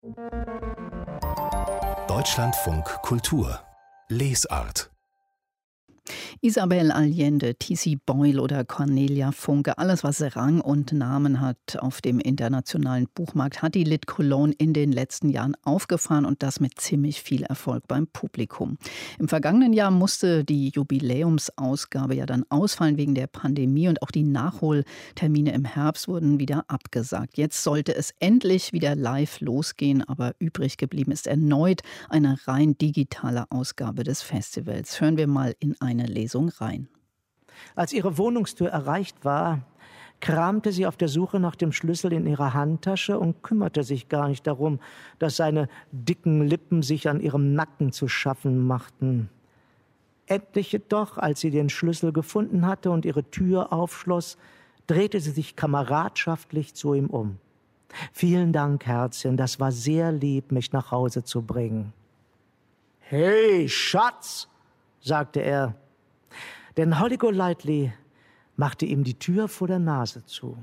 Deutschlandfunk Kultur Lesart. Isabel Allende, T.C. Boyle oder Cornelia Funke, alles was Rang und Namen hat auf dem internationalen Buchmarkt, hat die Lit Cologne in den letzten Jahren aufgefahren und das mit ziemlich viel Erfolg beim Publikum. Im vergangenen Jahr musste die Jubiläumsausgabe ja dann ausfallen wegen der Pandemie und auch die Nachholtermine im Herbst wurden wieder abgesagt. Jetzt sollte es endlich wieder live losgehen, aber übrig geblieben ist erneut eine rein digitale Ausgabe des Festivals. Hören wir mal in eine Lesung rein. Als ihre Wohnungstür erreicht war, kramte sie auf der Suche nach dem Schlüssel in ihrer Handtasche und kümmerte sich gar nicht darum, dass seine dicken Lippen sich an ihrem Nacken zu schaffen machten. Endlich jedoch, als sie den Schlüssel gefunden hatte und ihre Tür aufschloss, drehte sie sich kameradschaftlich zu ihm um. »Vielen Dank, Herzchen, das war sehr lieb, mich nach Hause zu bringen.« »Hey, Schatz«, sagte er, denn Holly Golightly machte ihm die Tür vor der Nase zu.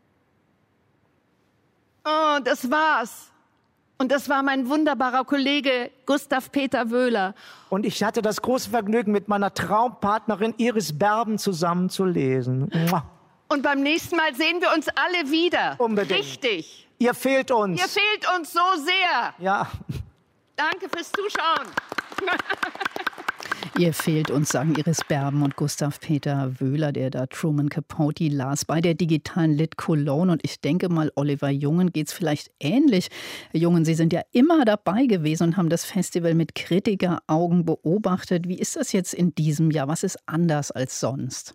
Oh, das war's. Und das war mein wunderbarer Kollege Gustav Peter Wöhler. Und ich hatte das große Vergnügen, mit meiner Traumpartnerin Iris Berben zusammen zu lesen. Und beim nächsten Mal sehen wir uns alle wieder. Unbedingt. Richtig. Ihr fehlt uns. Ihr fehlt uns so sehr. Ja. Danke fürs Zuschauen. Ihr fehlt uns, sagen Iris Berben und Gustav Peter Wöhler, der da Truman Capote las, bei der digitalen Lit Cologne. Und ich denke mal, Oliver Jungen geht es vielleicht ähnlich. Herr Jungen, Sie sind ja immer dabei gewesen und haben das Festival mit Kritikeraugen beobachtet. Wie ist das jetzt in diesem Jahr? Was ist anders als sonst?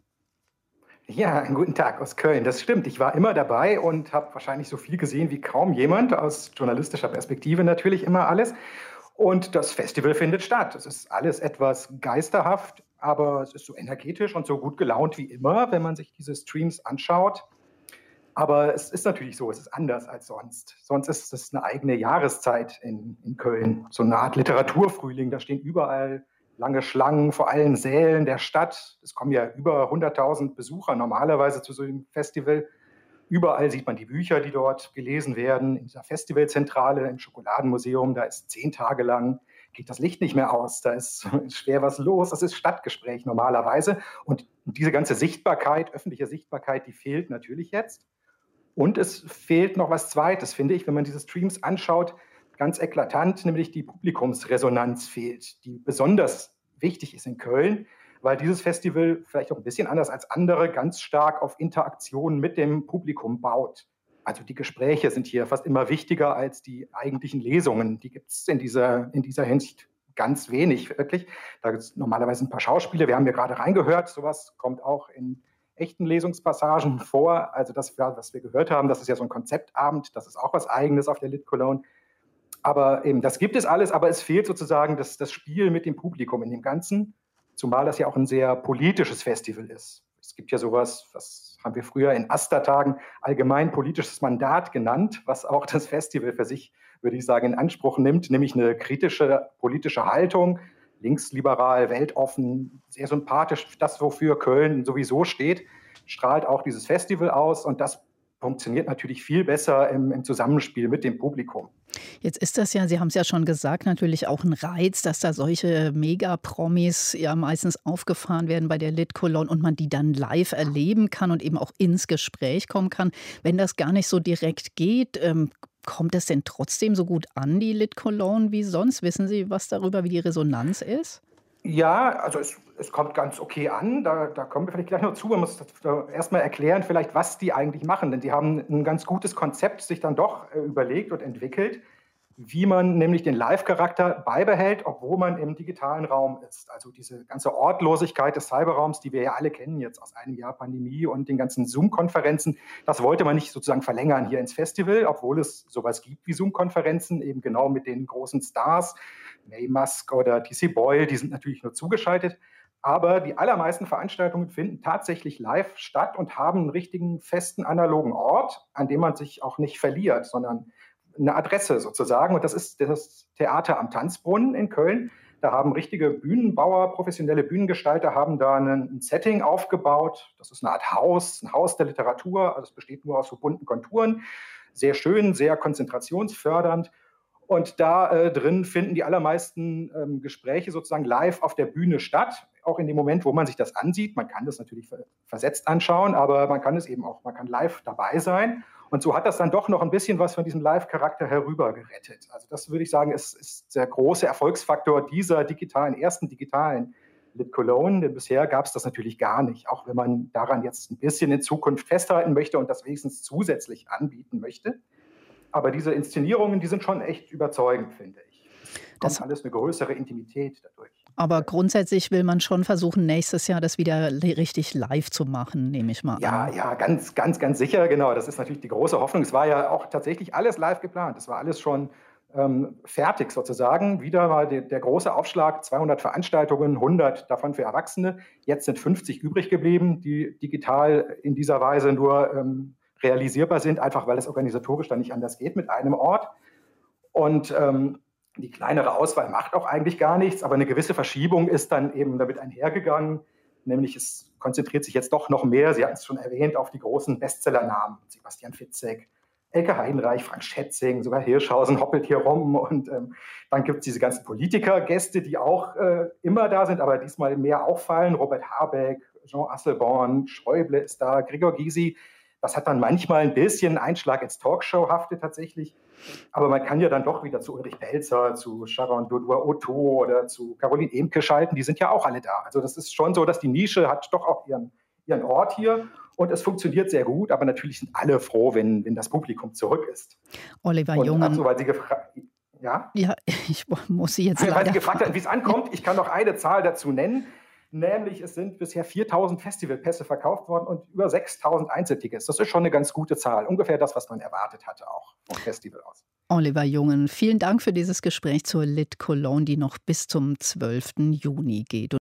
Ja, einen guten Tag aus Köln. Das stimmt. Ich war immer dabei und habe wahrscheinlich so viel gesehen wie kaum jemand. Aus journalistischer Perspektive natürlich immer alles. Und das Festival findet statt. Es ist alles etwas geisterhaft, aber es ist so energetisch und so gut gelaunt wie immer, wenn man sich diese Streams anschaut. Aber es ist natürlich so, es ist anders als sonst. Sonst ist es eine eigene Jahreszeit in Köln. So eine Art Literaturfrühling. Da stehen überall lange Schlangen vor allen Sälen der Stadt. Es kommen ja über 100.000 Besucher normalerweise zu so einem Festival. Überall sieht man die Bücher, die dort gelesen werden. In dieser Festivalzentrale, im Schokoladenmuseum, da ist 10 Tage lang, geht das Licht nicht mehr aus. Da ist schwer was los. Das ist Stadtgespräch normalerweise. Und diese ganze Sichtbarkeit, öffentliche Sichtbarkeit, die fehlt natürlich jetzt. Und es fehlt noch was Zweites, finde ich, wenn man diese Streams anschaut, ganz eklatant, nämlich die Publikumsresonanz fehlt, die besonders wichtig ist in Köln, weil dieses Festival vielleicht auch ein bisschen anders als andere ganz stark auf Interaktion mit dem Publikum baut. Also die Gespräche sind hier fast immer wichtiger als die eigentlichen Lesungen. Die gibt es in dieser Hinsicht ganz wenig, wirklich. Da gibt es normalerweise ein paar Schauspiele. Wir haben hier gerade reingehört. Sowas kommt auch in echten Lesungspassagen vor. Also das, was wir gehört haben, das ist ja so ein Konzeptabend. Das ist auch was Eigenes auf der Lit Cologne. Aber eben, das gibt es alles, aber es fehlt sozusagen das Spiel mit dem Publikum in dem Ganzen. Zumal das ja auch ein sehr politisches Festival ist. Es gibt ja sowas, was haben wir früher in AStA-Tagen allgemein politisches Mandat genannt, was auch das Festival für sich, würde ich sagen, in Anspruch nimmt, nämlich eine kritische politische Haltung, linksliberal, weltoffen, sehr sympathisch. Das, wofür Köln sowieso steht, strahlt auch dieses Festival aus und das funktioniert natürlich viel besser im Zusammenspiel mit dem Publikum. Jetzt ist das ja, Sie haben es ja schon gesagt, natürlich auch ein Reiz, dass da solche Mega-Promis ja meistens aufgefahren werden bei der Lit Cologne und man die dann live erleben kann und eben auch ins Gespräch kommen kann. Wenn das gar nicht so direkt geht, kommt das denn trotzdem so gut an, die Lit Cologne, wie sonst? Wissen Sie was darüber, wie die Resonanz ist? Ja, also es kommt ganz okay an. Da kommen wir vielleicht gleich noch zu. Man muss erstmal erklären, vielleicht, was die eigentlich machen. Denn die haben ein ganz gutes Konzept sich dann doch überlegt und entwickelt, wie man nämlich den Live-Charakter beibehält, obwohl man im digitalen Raum ist. Also diese ganze Ortlosigkeit des Cyberraums, die wir ja alle kennen jetzt aus einem Jahr Pandemie und den ganzen Zoom-Konferenzen, das wollte man nicht sozusagen verlängern hier ins Festival, obwohl es sowas gibt wie Zoom-Konferenzen, eben genau mit den großen Stars, May Musk oder T.C. Boyle, die sind natürlich nur zugeschaltet. Aber die allermeisten Veranstaltungen finden tatsächlich live statt und haben einen richtigen, festen, analogen Ort, an dem man sich auch nicht verliert, sondern eine Adresse sozusagen. Und das ist das Theater am Tanzbrunnen in Köln. Da haben richtige Bühnenbauer, professionelle Bühnengestalter, haben da ein Setting aufgebaut. Das ist eine Art Haus, ein Haus der Literatur. Also es besteht nur aus so bunten Konturen. Sehr schön, sehr konzentrationsfördernd. Und da drin finden die allermeisten Gespräche sozusagen live auf der Bühne statt, auch in dem Moment, wo man sich das ansieht. Man kann das natürlich versetzt anschauen, aber man kann es eben auch, man kann live dabei sein. Und so hat das dann doch noch ein bisschen was von diesem Live-Charakter herübergerettet. Also das würde ich sagen, ist der große Erfolgsfaktor dieser ersten digitalen Lit Cologne, denn bisher gab es das natürlich gar nicht, auch wenn man daran jetzt ein bisschen in Zukunft festhalten möchte und das wenigstens zusätzlich anbieten möchte. Aber diese Inszenierungen, die sind schon echt überzeugend, finde ich. Es kommt alles eine größere Intimität dadurch. Aber grundsätzlich will man schon versuchen, nächstes Jahr das wieder richtig live zu machen, nehme ich mal an. Ja, ganz, ganz, ganz sicher, genau. Das ist natürlich die große Hoffnung. Es war ja auch tatsächlich alles live geplant. Es war alles schon fertig sozusagen. Wieder mal der große Aufschlag, 200 Veranstaltungen, 100 davon für Erwachsene. Jetzt sind 50 übrig geblieben, die digital in dieser Weise nur realisierbar sind, einfach weil es organisatorisch dann nicht anders geht mit einem Ort. Und die kleinere Auswahl macht auch eigentlich gar nichts, aber eine gewisse Verschiebung ist dann eben damit einhergegangen. Nämlich es konzentriert sich jetzt doch noch mehr, Sie hatten es schon erwähnt, auf die großen Bestsellernamen. Sebastian Fitzek, Elke Heidenreich, Frank Schätzing, sogar Hirschhausen hoppelt hier rum. Und dann gibt es diese ganzen Politikergäste, die auch immer da sind, aber diesmal mehr auffallen. Robert Habeck, Jean Asselborn, Schäuble ist da, Gregor Gysi. Das hat dann manchmal ein bisschen Einschlag ins Talkshow-hafte tatsächlich. Aber man kann ja dann doch wieder zu Ulrich Pelzer, zu Sharon Dodua-Otto oder zu Caroline Emke schalten. Die sind ja auch alle da. Also das ist schon so, dass die Nische hat doch auch ihren Ort hier. Und es funktioniert sehr gut. Aber natürlich sind alle froh, wenn das Publikum zurück ist. Oliver Jungen. Also, weil Sie ja? Ja, ich muss Sie jetzt weil Sie gefragt haben, wie es ankommt. Ich kann noch eine Zahl dazu nennen. Nämlich, es sind bisher 4.000 Festivalpässe verkauft worden und über 6.000 Einzeltickets. Das ist schon eine ganz gute Zahl. Ungefähr das, was man erwartet hatte auch vom Festival aus. Oliver Jungen, vielen Dank für dieses Gespräch zur Lit Cologne, die noch bis zum 12. Juni geht.